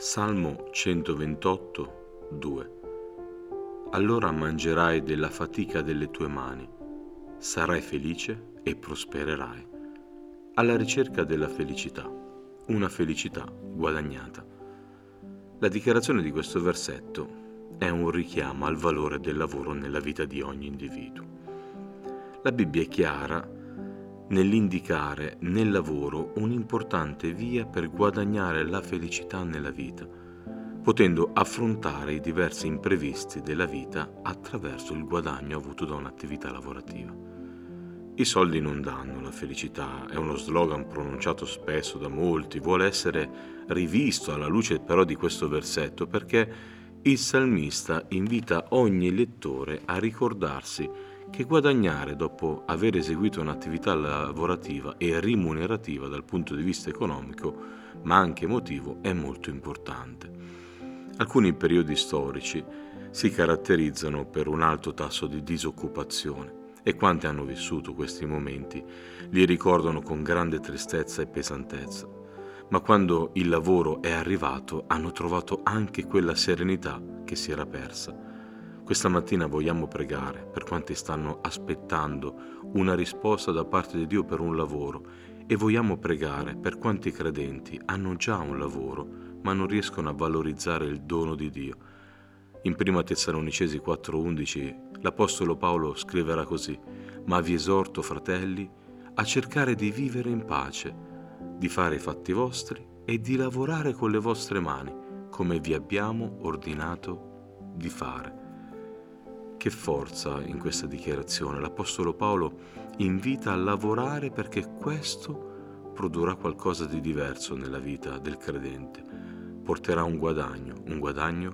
Salmo 128, 2. Allora mangerai della fatica delle tue mani, sarai felice e prospererai. Alla ricerca della felicità, una felicità guadagnata. La dichiarazione di questo versetto è un richiamo al valore del lavoro nella vita di ogni individuo. La Bibbia è chiara nell'indicare nel lavoro un'importante via per guadagnare la felicità nella vita, potendo affrontare i diversi imprevisti della vita attraverso il guadagno avuto da un'attività lavorativa. I soldi non danno la felicità, è uno slogan pronunciato spesso da molti, vuole essere rivisto alla luce però di questo versetto perché il salmista invita ogni lettore a ricordarsi che guadagnare dopo aver eseguito un'attività lavorativa e rimunerativa dal punto di vista economico, ma anche emotivo, è molto importante. Alcuni periodi storici si caratterizzano per un alto tasso di disoccupazione e quanti hanno vissuto questi momenti li ricordano con grande tristezza e pesantezza. Ma quando il lavoro è arrivato hanno trovato anche quella serenità che si era persa. Questa mattina vogliamo pregare per quanti stanno aspettando una risposta da parte di Dio per un lavoro e vogliamo pregare per quanti credenti hanno già un lavoro ma non riescono a valorizzare il dono di Dio. In 1 Tessalonicesi 4,11 l'Apostolo Paolo scriverà così: «Ma vi esorto, fratelli, a cercare di vivere in pace, di fare i fatti vostri e di lavorare con le vostre mani, come vi abbiamo ordinato di fare». Che forza in questa dichiarazione! L'Apostolo Paolo invita a lavorare perché questo produrrà qualcosa di diverso nella vita del credente. Porterà un guadagno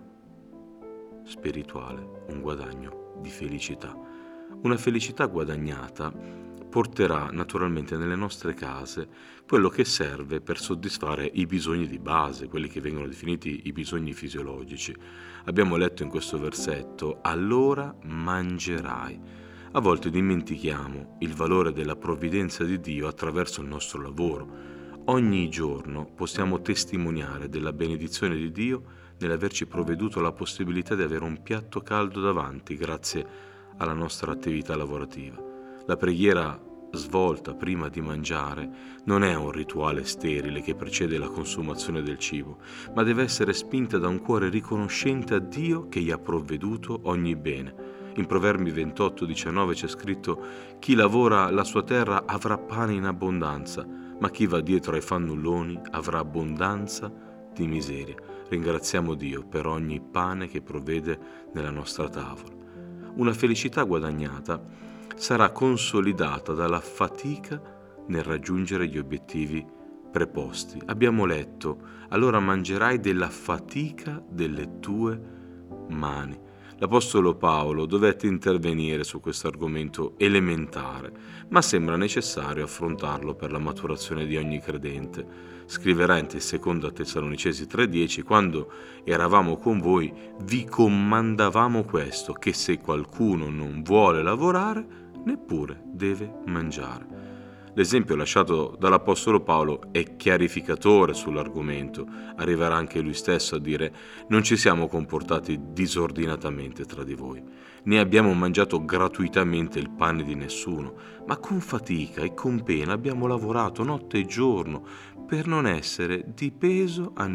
spirituale, un guadagno di felicità. Una felicità guadagnata porterà naturalmente nelle nostre case quello che serve per soddisfare i bisogni di base, quelli che vengono definiti i bisogni fisiologici. Abbiamo letto in questo versetto: allora mangerai. A volte dimentichiamo il valore della provvidenza di Dio attraverso il nostro lavoro. Ogni giorno possiamo testimoniare della benedizione di Dio nell'averci provveduto la possibilità di avere un piatto caldo davanti grazie alla nostra attività lavorativa. La preghiera svolta prima di mangiare non è un rituale sterile che precede la consumazione del cibo, ma deve essere spinta da un cuore riconoscente a Dio che gli ha provveduto ogni bene. In Proverbi 28,19 c'è scritto: «Chi lavora la sua terra avrà pane in abbondanza, ma chi va dietro ai fannulloni avrà abbondanza di miseria». Ringraziamo Dio per ogni pane che provvede nella nostra tavola. Una felicità guadagnata sarà consolidata dalla fatica nel raggiungere gli obiettivi preposti. Abbiamo letto: allora mangerai della fatica delle tue mani. L'Apostolo Paolo dovette intervenire su questo argomento elementare, ma sembra necessario affrontarlo per la maturazione di ogni credente. Scriverà in 2 Tessalonicesi 3,10: «Quando eravamo con voi vi comandavamo questo, che se qualcuno non vuole lavorare, neppure deve mangiare». L'esempio lasciato dall'Apostolo Paolo è chiarificatore sull'argomento. Arriverà anche lui stesso a dire: «Non ci siamo comportati disordinatamente tra di voi, né abbiamo mangiato gratuitamente il pane di nessuno, ma con fatica e con pena abbiamo lavorato notte e giorno per non essere di peso a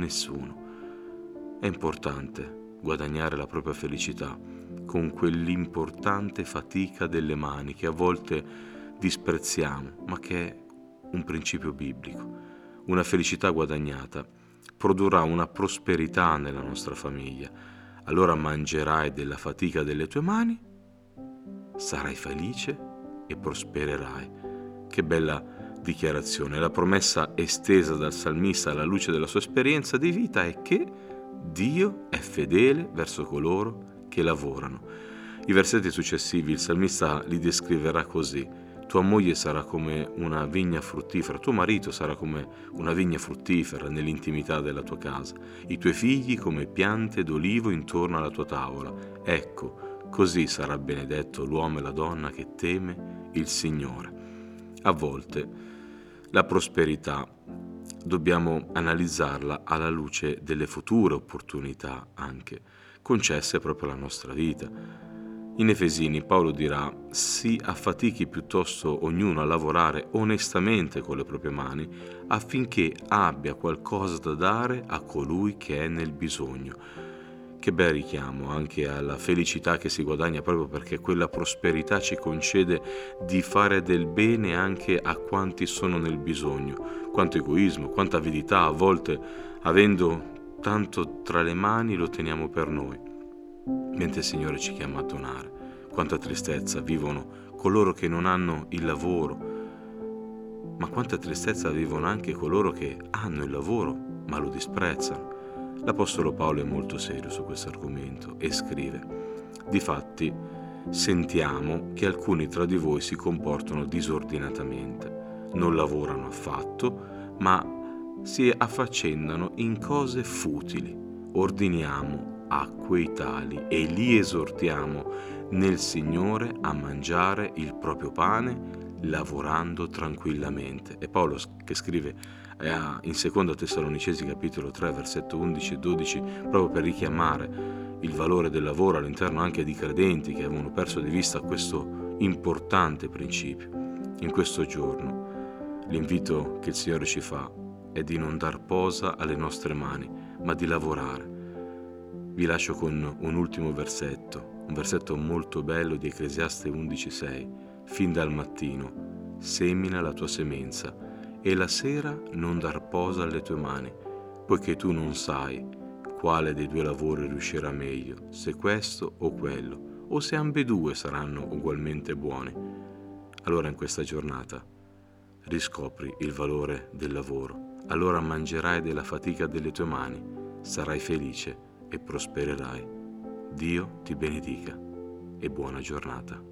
nessuno». È importante guadagnare la propria felicità con quell'importante fatica delle mani che a volte disprezziamo, ma che è un principio biblico. Una felicità guadagnata produrrà una prosperità nella nostra famiglia. Allora mangerai della fatica delle tue mani, sarai felice e prospererai. Che bella dichiarazione! La promessa estesa dal salmista alla luce della sua esperienza di vita è che Dio è fedele verso coloro che lavorano. I versetti successivi il salmista li descriverà così: tua moglie sarà come una vigna fruttifera, tuo marito sarà come una vigna fruttifera nell'intimità della tua casa, i tuoi figli come piante d'olivo intorno alla tua tavola. Ecco, così sarà benedetto l'uomo e la donna che teme il Signore. A volte la prosperità dobbiamo analizzarla alla luce delle future opportunità anche concesse proprio alla nostra vita. In Efesini Paolo dirà: si affatichi piuttosto ognuno a lavorare onestamente con le proprie mani, affinché abbia qualcosa da dare a colui che è nel bisogno. Che bel richiamo anche alla felicità che si guadagna proprio perché quella prosperità ci concede di fare del bene anche a quanti sono nel bisogno. Quanto egoismo, quanta avidità, a volte avendo tanto tra le mani lo teniamo per noi, mentre il Signore ci chiama a donare. Quanta tristezza vivono coloro che non hanno il lavoro, ma quanta tristezza vivono anche coloro che hanno il lavoro ma lo disprezzano. L'Apostolo Paolo è molto serio su questo argomento e scrive: difatti sentiamo che alcuni tra di voi si comportano disordinatamente, non lavorano affatto, ma si affaccendano in cose futili. Ordiniamo a quei tali e li esortiamo nel Signore a mangiare il proprio pane lavorando tranquillamente. E Paolo che scrive in Seconda Tessalonicesi capitolo 3 versetto 11 e 12 proprio per richiamare il valore del lavoro all'interno anche di credenti che avevano perso di vista questo importante principio. In questo giorno l'invito che il Signore ci fa è di non dar posa alle nostre mani, ma di lavorare. Vi lascio con un ultimo versetto, un versetto molto bello di Ecclesiaste 11,6. Fin dal mattino semina la tua semenza e la sera non dar posa alle tue mani, poiché tu non sai quale dei due lavori riuscirà meglio, se questo o quello, o se ambedue saranno ugualmente buoni. Allora in questa giornata riscopri il valore del lavoro, allora mangerai della fatica delle tue mani, sarai felice e prospererai. Dio ti benedica e buona giornata.